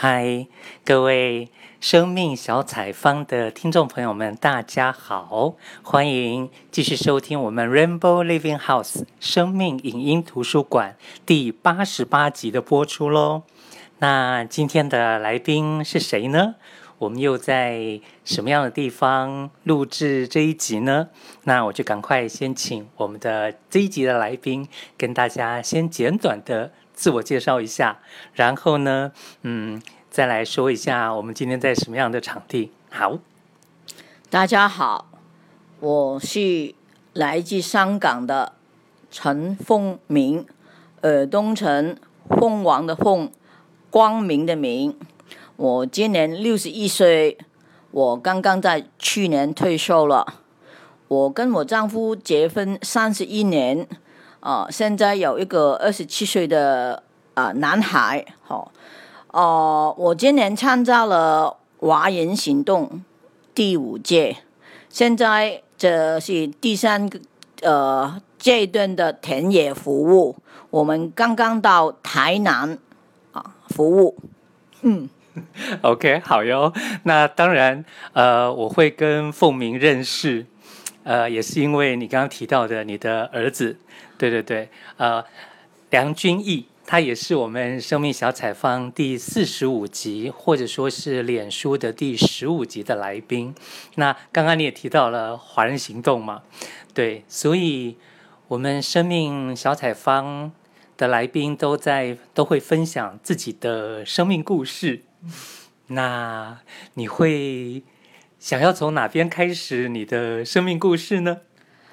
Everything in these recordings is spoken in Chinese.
嗨，各位生命小采访的听众朋友们，大家好，欢迎继续收听我们 Rainbow Living House 生命影音图书馆第88集的播出咯。那今天的来宾是谁呢？我们又在什么样的地方录制这一集呢？那我就赶快先请我们的这一集的来宾跟大家先简短的自我介绍一下，然后呢，再来说一下我们今天在什么样的场地。好， 大家好，我是来自香港的陈凤鸣，耳东陈，凤凰的凤，光明的明。我今年61岁，我刚刚在去年退休了。我跟我丈夫结婚31年，现在有一个27岁的男孩。我今年参加了华人行动第5届，现在这是第3个阶段的田野服务。我们刚刚到台南服务。 OK， 好哟。那当然，我会跟凤鸣认识，也是因为你刚刚提到的你的儿子，对，梁君毅，他也是我们生命小采访第45集，或者说是脸书的第15集的来宾。那刚刚你也提到了华人行动嘛，对，所以我们生命小采访的来宾都会分享自己的生命故事。那你会想要从哪边开始你的生命故事呢？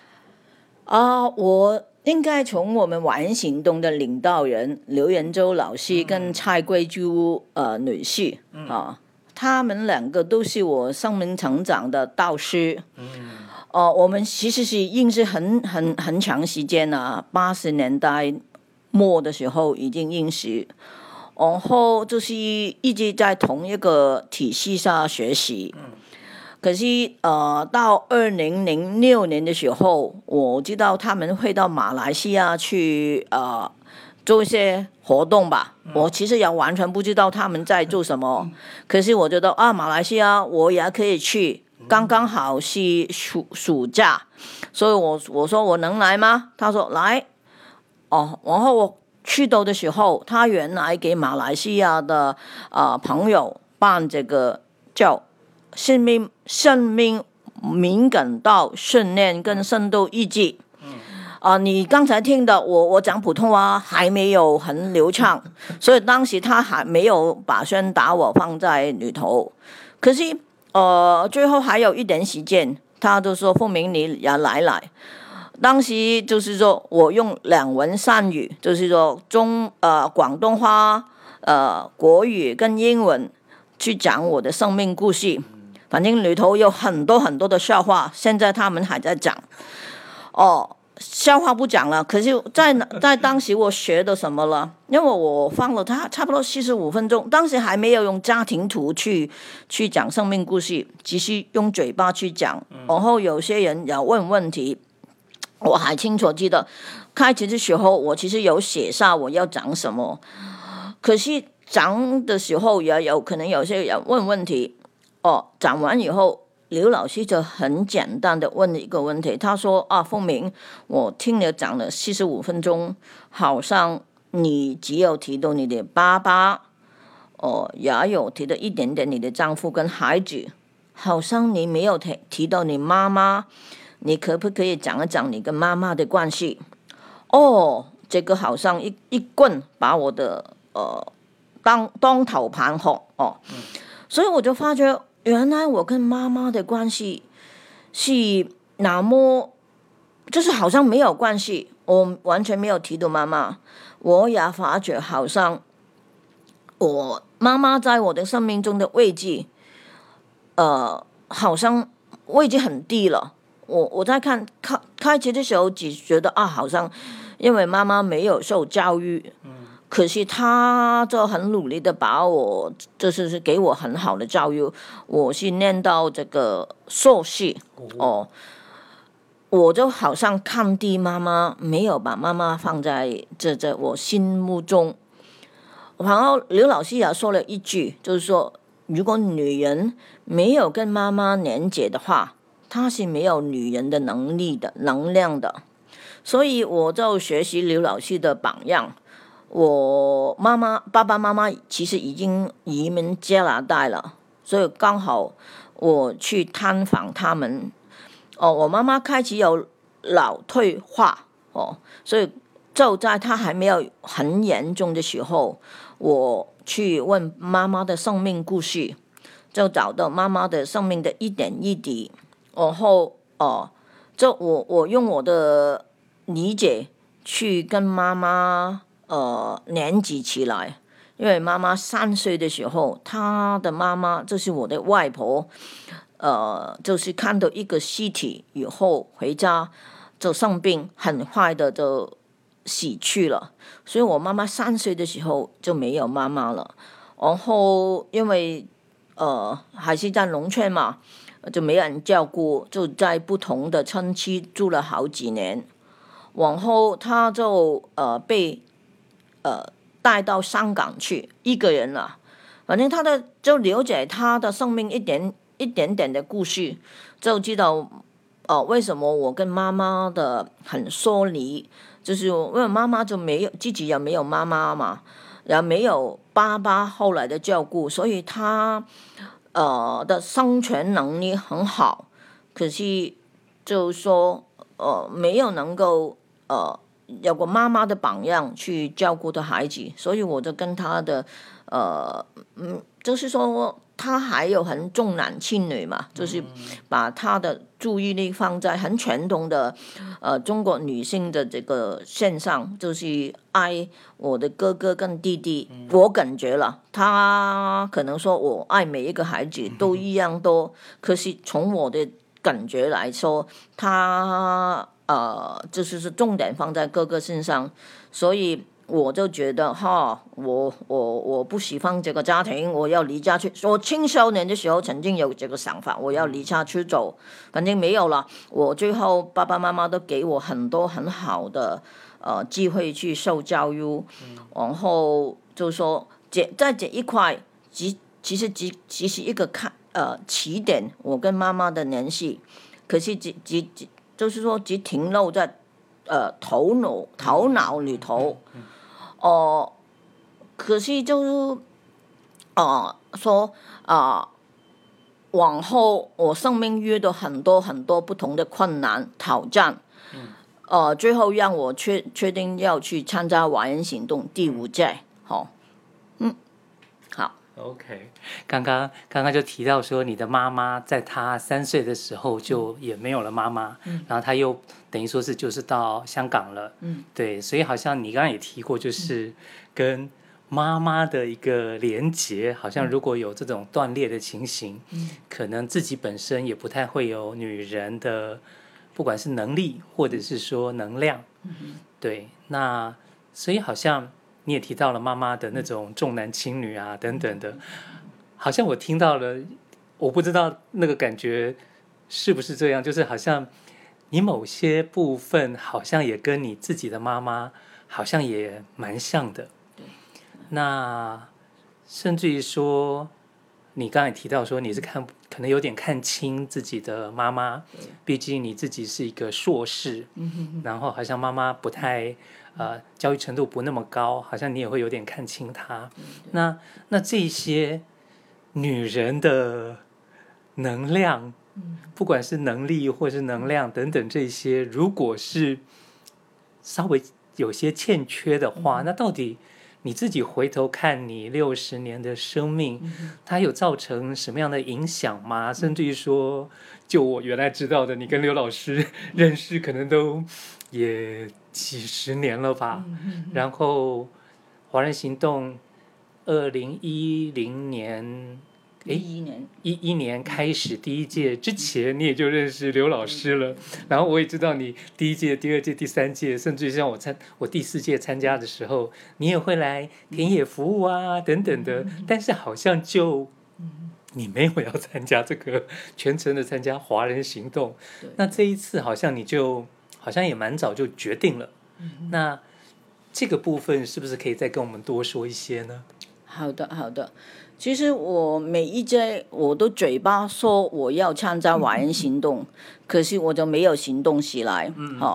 我应该从我们华人行动的领导人刘仁洲老师跟蔡桂珠女士他们2个都是我生命成长的导师。我们其实是认识很长时间了，80年代末的时候已经认识，然后就是一直在同一个体系下学习。可是到2006年的时候，我知道他们会到马来西亚去做一些活动吧。我其实也完全不知道他们在做什么，可是我觉得马来西亚我也可以去，刚刚好是暑假，所以我说我能来吗？他说来。然后我去到的时候，他原来给马来西亚的朋友办这个叫生命敏感到训练跟深度意志。你刚才听的我讲普通话还没有很流畅，所以当时他还没有把宣达我放在里头。可是最后还有一点时间，他就说凤鸣你也来。当时就是说我用2文3语，就是说广东话、国语跟英文去讲我的生命故事。反正里头有很多很多的笑话，现在他们还在讲。笑话不讲了，可是在当时我学的什么了？因为我放了它差不多45分钟，当时还没有用家庭图去讲生命故事，只是用嘴巴去讲。然后有些人要问问题。我还清楚记得开始的时候我其实有写下我要讲什么，可是讲的时候也有可能有些人问问题。讲完以后刘老师就很简单的问了一个问题，他说凤鸣，我听你讲了45分钟，好像你只有提到你的爸爸，也有提到一点点你的丈夫跟孩子，好像你没有提到你妈妈，你可不可以讲一讲你跟妈妈的关系？这个好像一棍把我的当头盘吼所以我就发觉原来我跟妈妈的关系是那么就是好像没有关系，我完全没有提到妈妈。我也发觉好像我妈妈在我的生命中的位置好像位置很低了。我在开始的时候只觉得好像因为妈妈没有受教育，可是她就很努力的把我就是给我很好的教育，我是念到这个硕士我就好像看低妈妈，没有把妈妈放在这我心目中然后刘老师也说了一句，就是说，如果女人没有跟妈妈连结的话，她是没有女人的能力的、能量的。所以我就学习刘老师的榜样。我爸爸妈妈其实已经移民加拿大了，所以刚好我去探访他们。我妈妈开始有脑退化所以就在她还没有很严重的时候，我去问妈妈的生命故事，就找到妈妈的生命的一点一滴，然后就我用我的理解去跟妈妈连接起来。因为妈妈3岁的时候，她的妈妈就是我的外婆，就是看到一个尸体以后回家就生病，很快的就死去了。所以我妈妈3岁的时候就没有妈妈了。然后因为还是在农村嘛，就没人照顾，就在不同的村区住了好几年。往后他就被带到香港去，一个人了。反正就了解他的生命一点点的故事，就知道为什么我跟妈妈的很疏离，就是因为妈妈就没有自己也没有妈妈嘛，也没有爸爸后来的照顾，所以他的生存能力很好，可是就是说没有能够有个妈妈的榜样去照顾的孩子，所以我就跟他的就是说他还有很重男轻女嘛，就是把他的注意力放在很传统的中国女性的这个线上，就是爱我的哥哥跟弟弟。我感觉了，他可能说我爱每一个孩子都一样多，可是从我的感觉来说，他就是重点放在哥哥身上，所以我就觉得我不喜欢这个家庭，我要离家去。我青少年的时候曾经有这个想法，我要离家出走，反正没有了。我最后爸爸妈妈都给我很多很好的机会去受教育，然后就说在这一块，其实只是一个起点，我跟妈妈的联系，可是就是说只停留在头脑里头。可是就是说往后我生命遇到很多很多不同的困难挑战，最后让我确定要去参加华人行动第5届。好。 OK， 刚刚就提到说，你的妈妈在她3岁的时候就也没有了妈妈，然后她又等于说就是到香港了，对，所以好像你刚刚也提过，就是跟妈妈的一个连结，好像如果有这种断裂的情形，可能自己本身也不太会有女人的，不管是能力或者是说能量，对，那所以好像。你也提到了妈妈的那种重男轻女啊等等的，好像我听到了，我不知道那个感觉是不是这样，就是好像你某些部分好像也跟你自己的妈妈好像也蛮像的。那甚至于说，你刚才提到说你是可能有点看清自己的妈妈，毕竟你自己是一个硕士，然后好像妈妈不太。教育程度不那么高，好像你也会有点看清她。那这些女人的能量，不管是能力或是能量等等这些，如果是稍微有些欠缺的话，那到底你自己回头看你60年的生命，它有造成什么样的影响吗？甚至于说，就我原来知道的，你跟刘老师认识可能都也几10年了吧。然后华人行动2010年11年开始第1届之前，你也就认识刘老师了。然后我也知道你第1届、第2届、第3届，甚至像我第4届参加的时候，你也会来田野服务啊等等的。但是好像就你没有要参加这个全程的参加华人行动。那这一次好像你就好像也蛮早就决定了。那这个部分是不是可以再跟我们多说一些呢？ 好的，好的。其实我每一届我都嘴巴说我要参加华人行动，可是我就没有行动起来。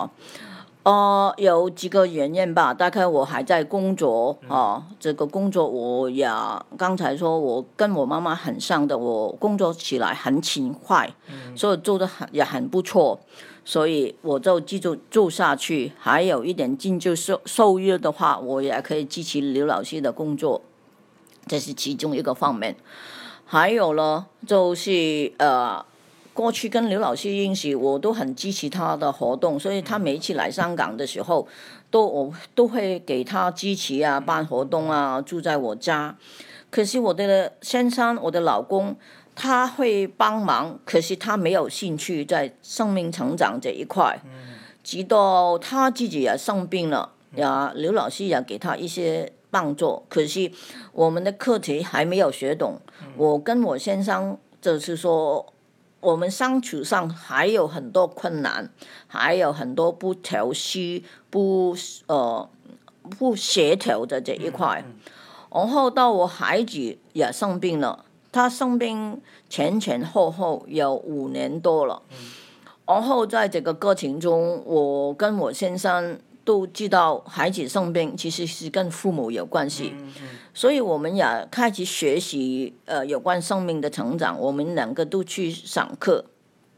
有几个原因吧，大概我还在工作这个工作我也刚才说我跟我妈妈很像的，我工作起来很勤快，所以做的也很不错，所以我就继续做下去。还有一点经济收入的话，我也可以支持刘老师的工作，这是其中一个方面。还有呢，就是过去跟刘老师认识，我都很支持他的活动，所以他每一次来香港的时候，我都会给他支持啊，办活动啊，住在我家。可是我的先生，我的老公，他会帮忙，可是他没有兴趣在生命成长这一块。直到他自己也生病了，刘老师也给他一些帮助，可是我们的课题还没有学懂。我跟我先生就是说，我们相处上还有很多困难，还有很多不调适、不协调的这一块。然后到我孩子也生病了，他生病前后有5年多了。然后在这个过程中，我跟我先生都知道孩子生病其实是跟父母有关系，所以我们也开始学习有关生命的成长。我们2个都去上课，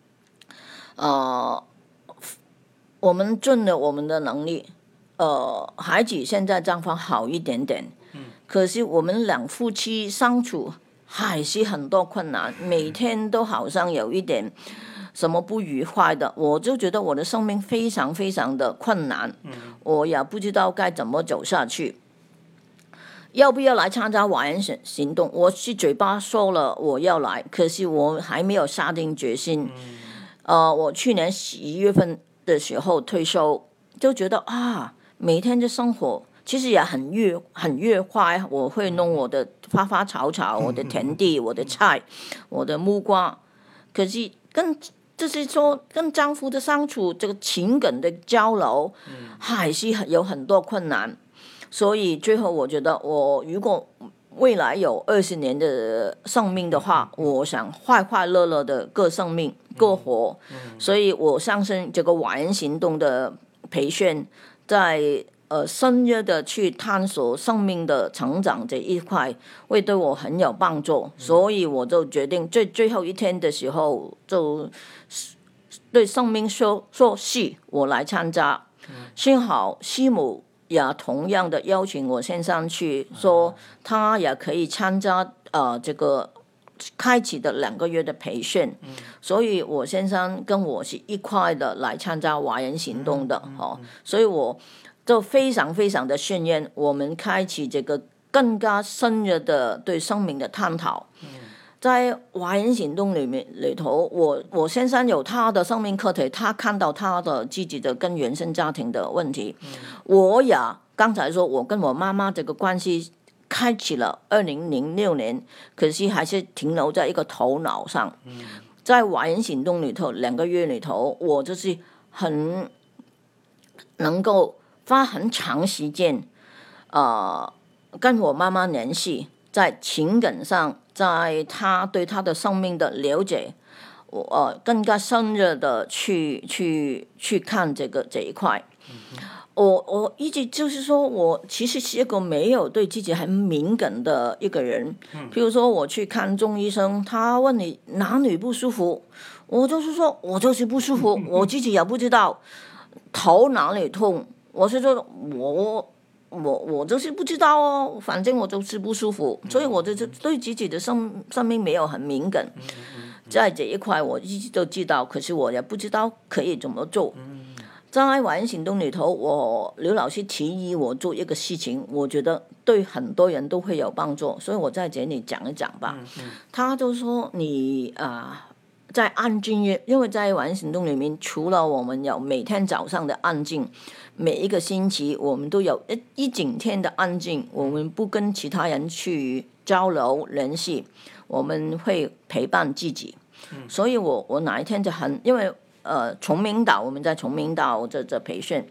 我们尽了我们的能力。孩子现在状况好一点点，可是我们2夫妻相处还是很多困难，每天都好像有一点什么不愉快的，我就觉得我的生命非常非常的困难，我也不知道该怎么走下去。要不要来参加华人行动？我是嘴巴说了我要来，可是我还没有下定决心。我去年11月份的时候退休，就觉得每天的生活其实也很愉快。我会弄我的花草，我的田地，我的菜，我的木瓜，可是就是说跟丈夫的相处，这个情感的交流还是有很多困难。所以最后我觉得，我如果未来有20年的生命的话，我想快快乐乐的过生命过活。所以我相信这个华人行动的培训，在深入的去探索生命的成长这一块，会对我很有帮助。所以我就决定最后一天的时候，就对生命说是，我来参加。幸好师母也同样的邀请我先生去，说他也可以参加这个开启的2个月的培训。所以我先生跟我是一块的来参加华人行动的。所以我就非常非常的幸运，我们开启这个更加深入的对生命的探讨。在华人行动里头，我先生有他的生命课题，他看到他的自己的跟原生家庭的问题。我也刚才说我跟我妈妈这个关系开启了2006年，可是还是停留在一个头脑上。在华人行动里头2个月里头，我就是很能够花很长时间跟我妈妈联系，在情感上，在她对她的生命的了解，我更加深入的去看这一块。我一直就是说，我其实是一个没有对自己很敏感的一个人。譬如说我去看中医生，他问你哪里不舒服，我就是说我就是不舒服，我自己也不知道头哪里痛，我是说我就是不知道哦，反正我就是不舒服，所以我就是对自己的生命没有很敏感。在这一块我一直都知道，可是我也不知道可以怎么做。在华人行动里头，刘老师提议我做一个事情，我觉得对很多人都会有帮助，所以我在这里讲一讲吧。他就说你在安静，因为在华人行动里面，除了我们有每天早上的安静，每一个星期我们都有一整天的安静，我们不跟其他人去交流联系，我们会陪伴自己。所以我哪一天就因为崇明岛，我们在崇明岛这培训，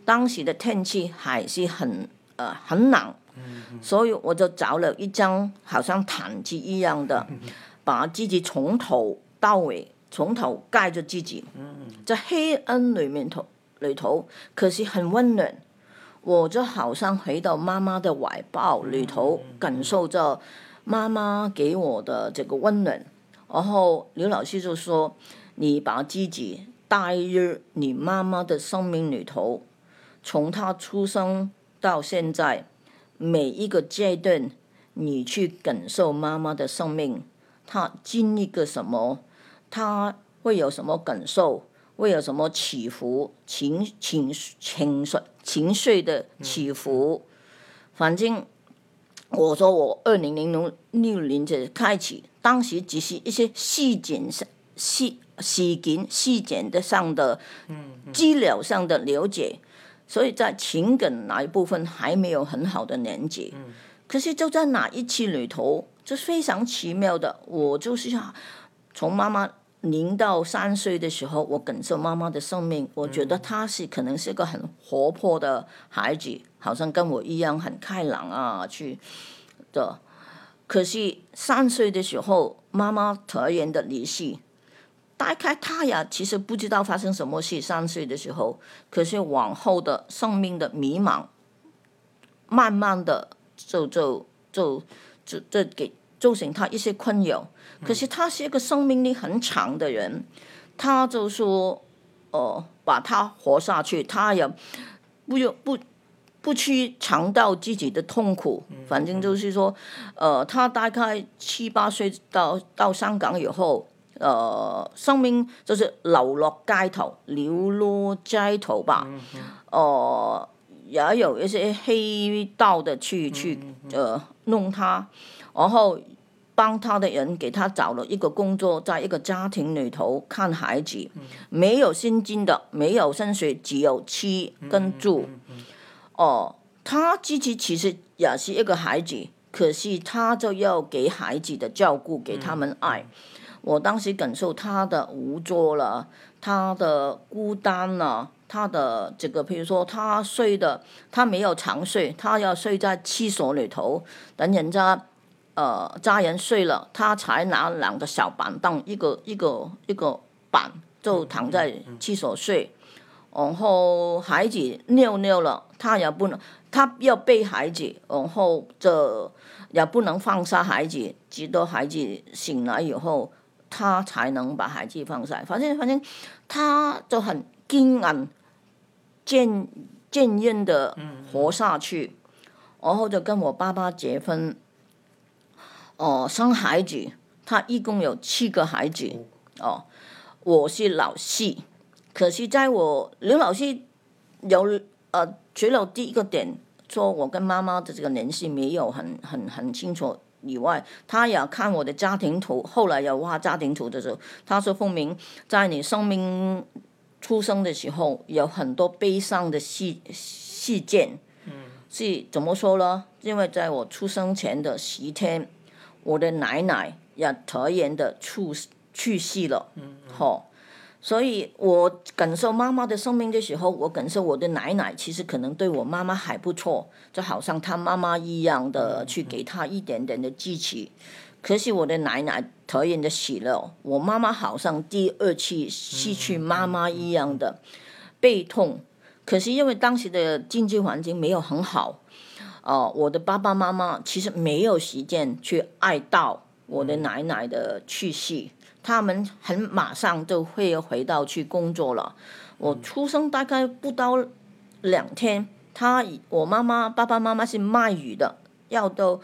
当时的天气还是很冷，所以我就找了一张好像毯子一样的，把自己从头到尾从头盖着自己，在黑暗里头，可是很温暖。我就好像回到妈妈的怀抱里头，感受着妈妈给我的这个温暖。然后刘老师就说：“你把自己带入你妈妈的生命里头，从她出生到现在，每一个阶段，你去感受妈妈的生命，她经历个什么，她会有什么感受。”会有什么起伏，情绪的起伏。反正我说我2006年就开始，当时只是一些事件上的资料上的了解，所以在情感那一部分还没有很好的连接。可是就在那一期里头，就非常奇妙的，我就是从妈妈0到3岁的时候，我感受妈妈的生命，我觉得她可能是个很活泼的孩子，好像跟我一样很开朗啊的。可是3岁的时候，妈妈突然的离世，大概她呀其实不知道发生什么事。3岁的时候，可是往后的生命的迷茫，慢慢的就给造成她一些困扰。可是他是一个生命力很长的人，他就说，把他活下去，他也不去尝到自己的痛苦，反正就是说，他大概7、8岁到香港以后，生命就是流落街头吧，也有一些黑道的去弄他，然后帮他的人给他找了一个工作，在一个家庭里头看孩子，没有薪金的，没有薪水，只有吃跟住。他自己其实也是一个孩子，可是他就要给孩子的照顾，给他们爱。我当时感受他的无助了，他的孤单了，他的这个，比如说他没有常睡，他要睡在厕所里头，等人家人睡了，他才拿2个小板凳，一个板就躺在厕所睡。然后孩子尿了，他要背孩子，然后也不能放下孩子，直到孩子醒来以后，他才能把孩子放下。反正他就很坚韧、坚韧的活下去。然后就跟我爸爸结婚。生孩子，他一共有7个孩子。我是老4，可是在刘老师除了第一个点说我跟妈妈的这个联系没有很清楚以外，他也看我的家庭图，后来有画家庭图的时候，他说凤鸣，在你生命出生的时候有很多悲伤的事件。是怎么说呢？因为在我出生前的10天，我的奶奶也突然的去世了。所以我感受妈妈的生命的时候，我感受我的奶奶其实可能对我妈妈还不错，就好像她妈妈一样的去给她一点点的支持。可是我的奶奶突然的死了，我妈妈好像第2次失去妈妈一样的悲痛。可是因为当时的经济环境没有很好，我的爸爸妈妈其实没有时间去哀悼我的奶奶的去世，他们马上就会回到去工作了。我出生大概不到2天，我爸爸妈妈是卖鱼的，要到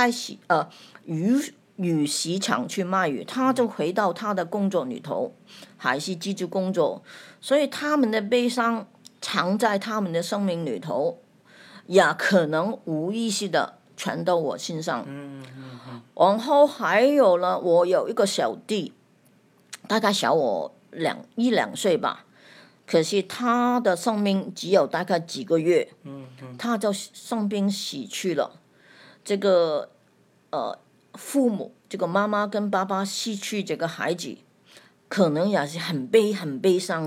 鱼市场去卖鱼，他就回到他的工作里头，还是继续工作。所以他们的悲伤藏在他们的生命里头，也可能无意识的传到我身上。然后还有呢，我有一个小弟，大概小我1、2岁吧，可是他的生命只有大概几个月，他就生病死去了。这个父母，这个妈妈跟爸爸失去这个孩子，可能也是很悲伤的。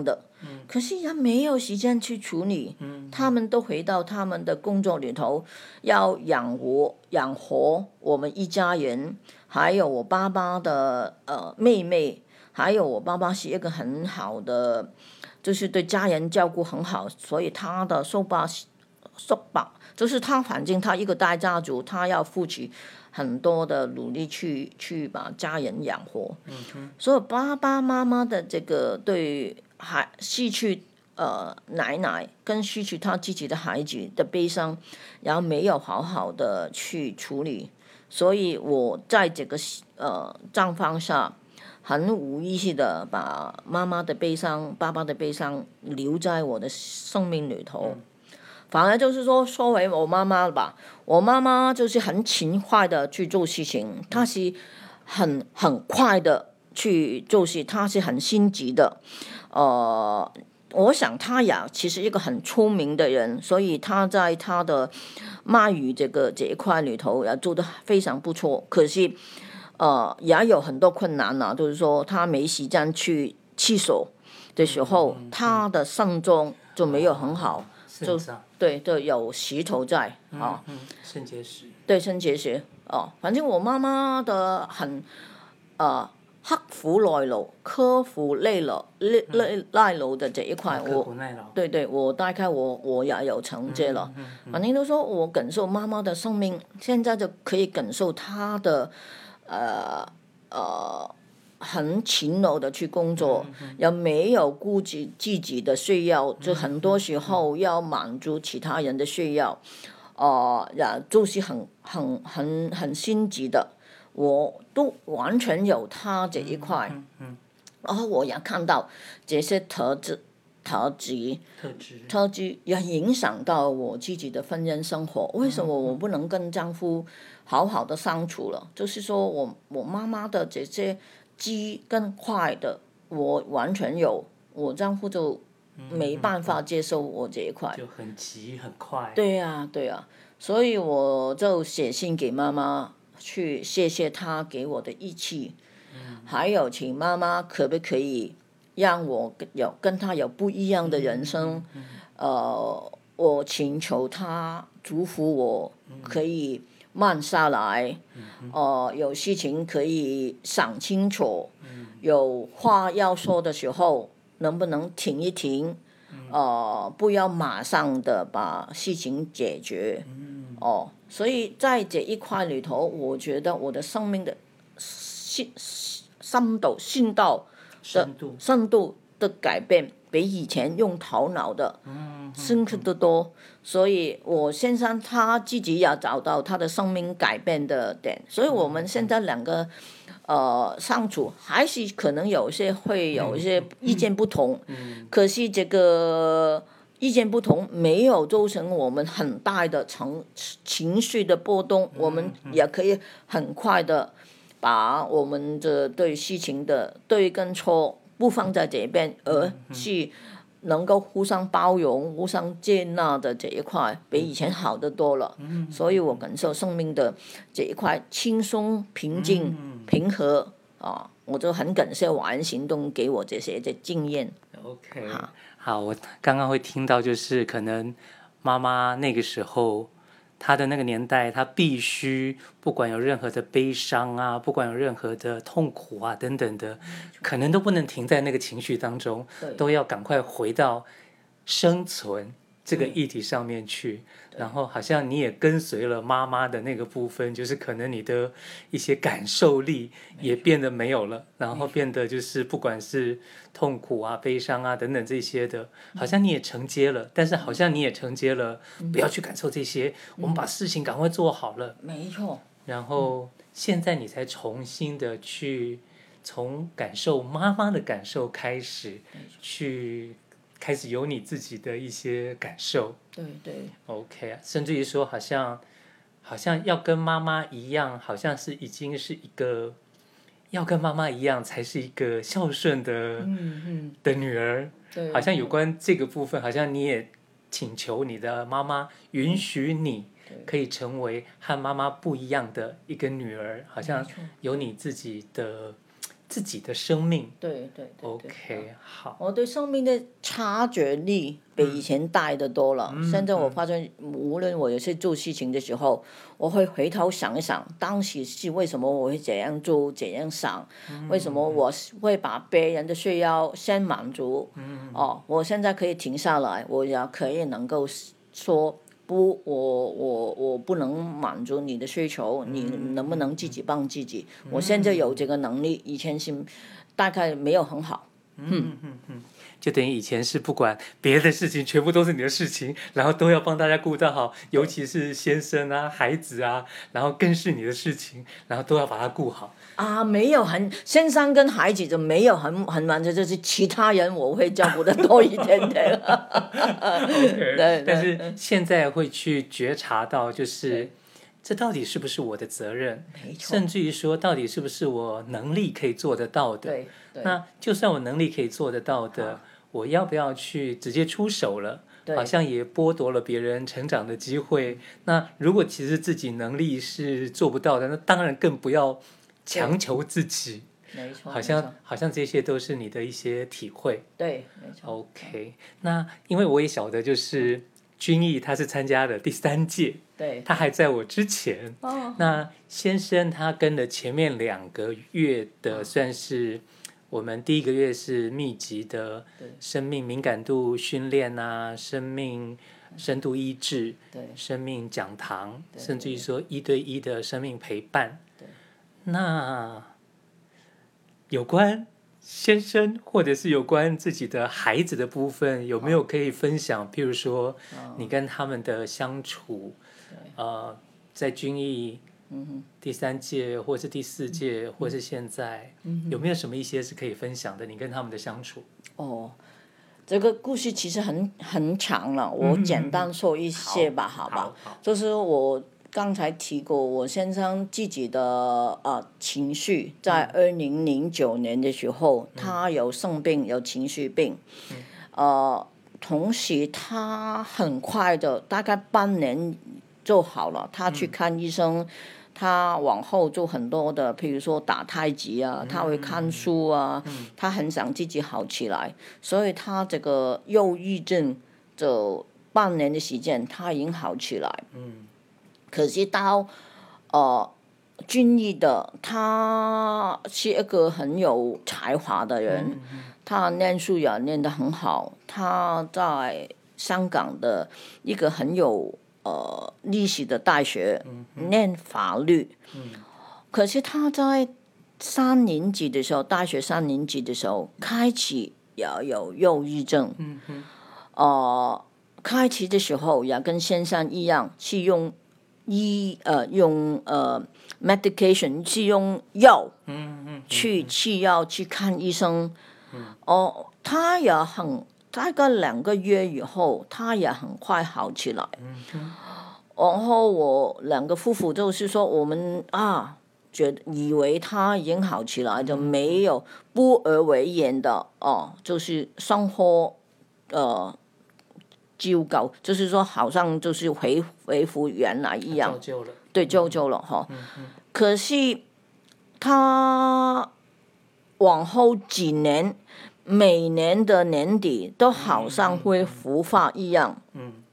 可是也没有时间去处理。他们都回到他们的工作里头，要养活我们一家人，还有我爸爸的妹妹，还有我爸爸是一个很好的，就是对家人照顾很好，所以他的手把就是他，反正他一个大家族，他要付出很多的努力去把家人养活。所以爸爸妈妈的这个对失去奶奶跟失去他自己的孩子的悲伤，然后没有好好的去处理，所以我在这个状况下，很无意识的把妈妈的悲伤、爸爸的悲伤留在我的生命里头。反而就是说回我妈妈吧，我妈妈就是很勤快的去做事情，她是很快的去做事，她是很心急的。我想她也其实一个很聪明的人，所以她在她的骂语这一块里头也做得非常不错。可是也有很多困难呢，就是说她没时间去厕所的时候，她的肾脏就没有很好。就对，有石头在肾结石。 对，肾结石反正我妈妈的很克服耐劳的这一块，对，我大概我也有成绩了。反正都说我感受妈妈的生命，现在就可以感受她的很勤劳的去工作，也没有顾及自己的需要，就很多时候要满足其他人的需要，就是很心急的，我都完全有他这一块。然后我也看到这些特质也影响到我自己的婚姻生活。为什么我不能跟丈夫好好的相处了？就是说我妈妈的这些急跟快的，我完全有，我丈夫就没办法接受我这一块， 就很急很快。 对呀，所以我就写信给妈妈，去谢谢她给我的义气，还有请妈妈可不可以让我跟她有不一样的人生。我请求她祝福我可以慢下来，有事情可以想清楚，有话要说的时候能不能停一停，不要马上的把事情解决。所以在这一块里头，我觉得我的生命的深度的改变比以前用头脑的深刻得多。所以我先生他自己也找到他的生命改变的点，所以我们现在两个相处还是可能会有一些意见不同，可是这个意见不同没有造成我们很大的情绪的波动，我们也可以很快的把我们的对事情的对跟错不放在这边，而是能够互相包容、互相接纳的这一块，比以前好得多了。所以我感受生命的这一块轻松、平静、平和我就很感谢晚安行动给我这些的经验。 OK， 好，我刚刚会听到，就是可能妈妈那个时候，她的那个年代，她必须不管有任何的悲伤啊，不管有任何的痛苦啊等等的，可能都不能停在那个情绪当中，都要赶快回到生存这个议题上面去。然后好像你也跟随了妈妈的那个部分，就是可能你的一些感受力也变得没有了，然后变得就是不管是痛苦啊、悲伤啊等等这些的，好像你也承接了，但是好像你也承接了不要去感受这些，我们把事情赶快做好了。 没错。 然后现在你才重新的去从感受妈妈的感受开始，开始有你自己的一些感受。 对 OK 甚至于说好像要跟妈妈一样，好像是已经是一个要跟妈妈一样才是一个孝顺的女儿。好像有关这个部分，好像你也请求你的妈妈允许你可以成为和妈妈不一样的一个女儿，好像有你自己的自己的生命。 对对对 OK， 好。 我对生命的察觉力比以前大得多了。现在我发现，无论我有些做事情的时候，我会回头想一想，当时是为什么我会这样做、这样想，为什么我会把别人的需要先满足。我现在可以停下来，我也可以能够说。不，我不能满足你的需求，你能不能自己帮自己？我现在有这个能力，以前是大概没有很好。 就等于以前是不管别的事情，全部都是你的事情，然后都要帮大家顾到好，尤其是先生啊、孩子啊，然后更是你的事情，然后都要把它顾好。 没有先生跟孩子就没有很完全，就是其他人我会照顾的多一点点。 Okay， 对， 但是现在会去觉察到，就是这到底是不是我的责任，甚至于说到底是不是我能力可以做得到的。 对， 那就算我能力可以做得到的，我要不要去直接出手了？好像也剥夺了别人成长的机会。那如果其实自己能力是做不到的，那当然更不要强求自己。 没错， 好像这些都是你的一些体会。 对，没错。 OK， 那因为我也晓得，就是君毅他是参加了第3届， 对， 他还在我之前。那先生他跟了前面2个月的，算是我们第1个月是密集的生命敏感度训练啊，生命深度医治，生命讲堂，甚至于说1对1的生命陪伴。那有关先生或者是有关自己的孩子的部分，有没有可以分享？譬如说你跟他们的相处，在军艺第3届或是第4届或是现在，有没有什么一些是可以分享的？你跟他们的相处？ 这个故事其实很长了，我简单说一些吧，好吧？就是我刚才提过，我先生自己的情绪，在2009年的时候，他有生病，有情绪病，同时他很快的，大概半年就好了，他去看医生。他往后做很多的，譬如说打太极啊，他会看书啊，他很想自己好起来，所以他这个忧郁症就半年的时间，他已经好起来。可是到俊逸的，他是一个很有才华的人，他念书也念得很好，他在香港的一个很有历史的大学念法律，可是他在3年级的时候，大学3年级的时候开始也有忧郁症，开始的时候也跟先生一样，是用medication， 是用药去吃药去看医生，他也很。大概2个月以后，他也很快好起来。然后我2个夫妇就是说，我们以为他已经好起来，就没有不而为言的就是生活救救，就是说好像就是恢复原来一样，对，救了哈。可是他往后几年。每年的年底都好像会复发一样。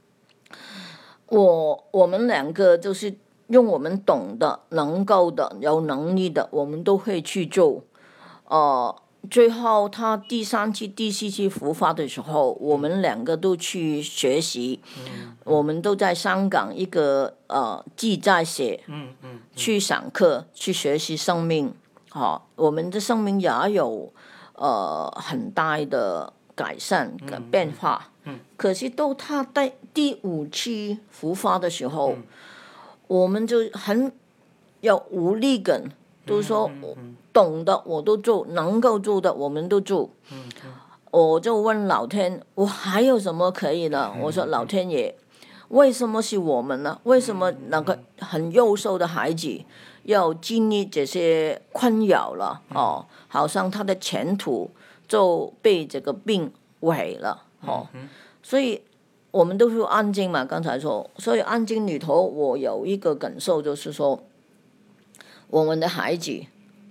我们2个就是用我们懂的、能够的、有能力的，我们都会去做。最后他第3次、第4次复发的时候，我们2个都去学习。我们都在香港一个记在写，去上课，去学习生命。我们的生命也有。很大的改善的变化，可是到他第5次复发的时候，我们就很有无力感，都说懂的我都做，能够做的我们都做。我就问老天，我还有什么可以呢？我说老天爷，为什么是我们呢？为什么那个很优秀的孩子要经历这些困扰了？好像他的前途就被这个病毁了。所以我们都是安静嘛，刚才说，所以安静里头我有一个感受，就是说我们的孩子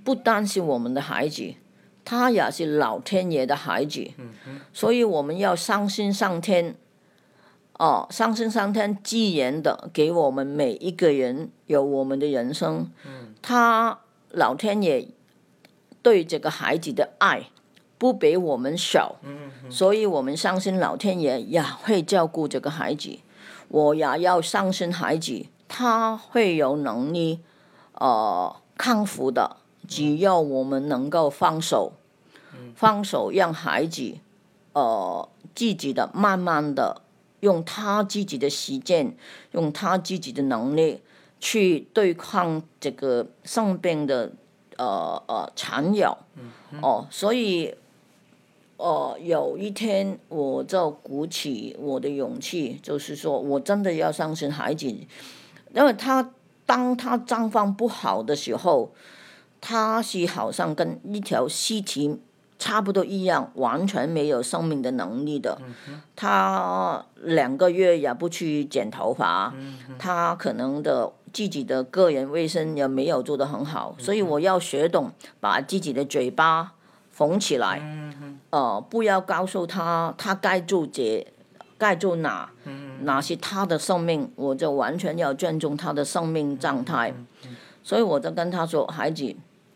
不单是我们的孩子，他也是老天爷的孩子，所以我们要相信上天。相信上天自然的给我们每一个人有我们的人生，他老天爷对这个孩子的爱不比我们少，所以我们相信老天爷也会照顾这个孩子。我也要相信孩子，他会有能力康复的，只要我们能够放手，让孩子自己的慢慢的用他自己的时间，用他自己的能力去对抗这个生病的缠绕。所以有一天我就鼓起我的勇气，就是说我真的要相信孩子，因为当他状况不好的时候，他是好像跟一条尸体差不多一样，完全没有生命的能力的。他2个月也不去剪头发，他可能的自己的个人卫生也没有做得很好，所以我要学懂把自己的嘴巴缝起来，不要告诉他该做哪些他的生命，我就完全要尊重他的生命状态。所以我就跟他说，孩子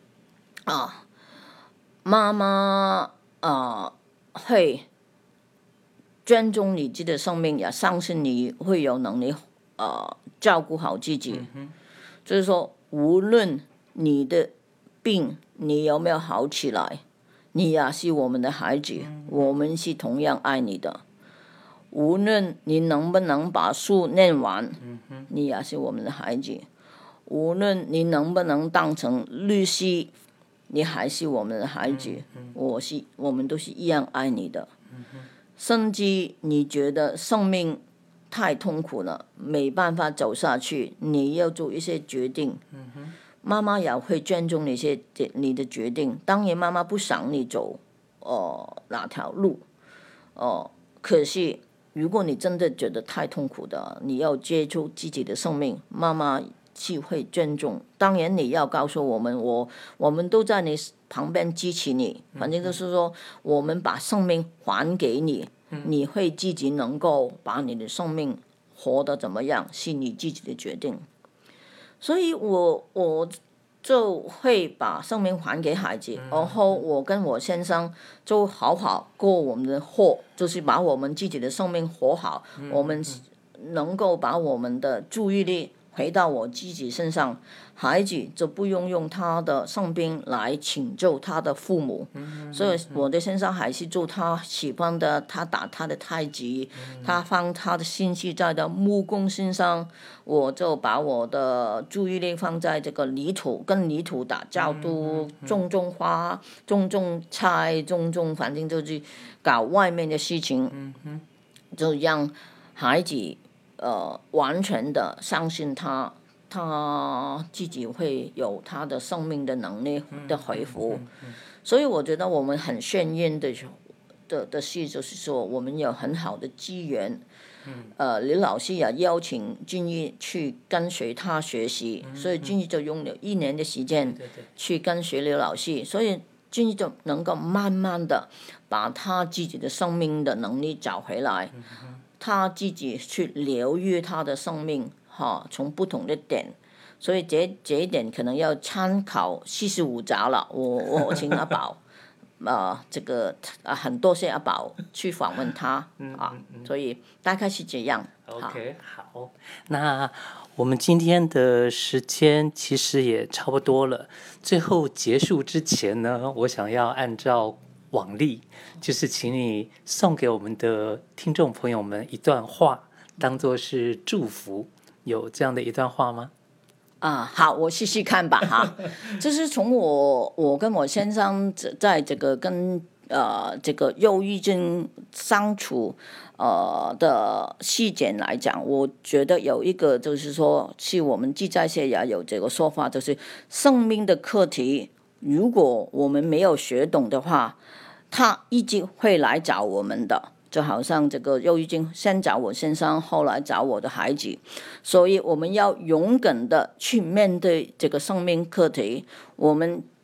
妈妈会尊重你自己的生命，也相信你会有能力照顾好自己。就是说，无论你的病你有没有好起来，你也是我们的孩子，我们是同样爱你的。无论你能不能把书念完，你也是我们的孩子。无论你能不能当成律师，你还是我们的孩子，我们都是一样爱你的。甚至你觉得生命太痛苦了，没办法走下去，你要做一些决定，妈妈也会尊重你的决定。当然妈妈不想你走哪条路，可是如果你真的觉得太痛苦的，你要接触自己的生命，妈妈是会尊重。当然你要告诉我们，我们都在你旁边支持你，反正就是说我们把生命还给你，你会自己能够把你的生命活得怎么样是你自己的决定。所以我就会把生命还给孩子，然后我跟我先生就好好过我们的活，就是把我们自己的生命活好，我们能够把我们的注意力回到我自己身上，孩子就不用他的生病来请救他的父母。所以我的先生还是做他喜欢的，他打他的太极，他放他的心思在的木工身上，我就把我的注意力放在这个跟泥土打交道，种花，种菜，反正就是搞外面的事情，就让孩子完全的相信他自己会有他的生命的能力的恢复。所以我觉得我们很幸运的事就是说，我们有很好的资源。刘老师也邀请俊逸去跟随他学习，所以俊逸就用了1年的时间去跟随刘老师，所以俊逸就能够慢慢的把他自己的生命的能力找回来。他自己去疗愈他的生命，从不同的点，所以这一点可能要参考45集了。我请阿宝，这个很多谢阿宝去访问他所以大概是这样。 OK， 好，那我们今天的时间其实也差不多了。最后结束之前呢，我想要按照往例，就是请你送给我们的听众朋友们一段话，当作是祝福。有这样的一段话吗？ 好，我试试看吧这是从我跟我先生在这个跟这个忧郁症相处的细节来讲，我觉得有一个就是说，是我们自在社也有这个说法，就是生命的课题，如果我们没有学懂的话，他一直会来找我们的。就好像这个忧郁症先找我先生，后来找我的孩子，所以我们要勇敢的去面对这个生命课题。我们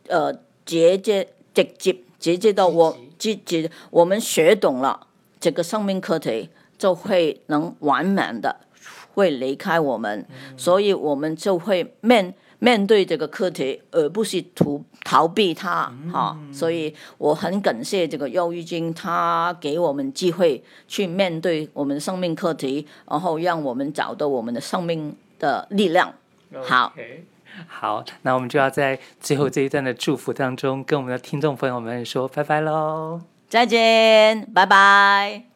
直接到我们学懂了这个生命课题，就会能完满的会离开我们，所以我们就会面对这个课题，而不是逃避它所以我很感谢这个忧郁经，它给我们机会去面对我们生命课题，然后让我们找到我们的生命的力量。 好，那我们就要在最后这一段的祝福当中，跟我们的听众朋友们说拜拜喽， 再见，拜拜。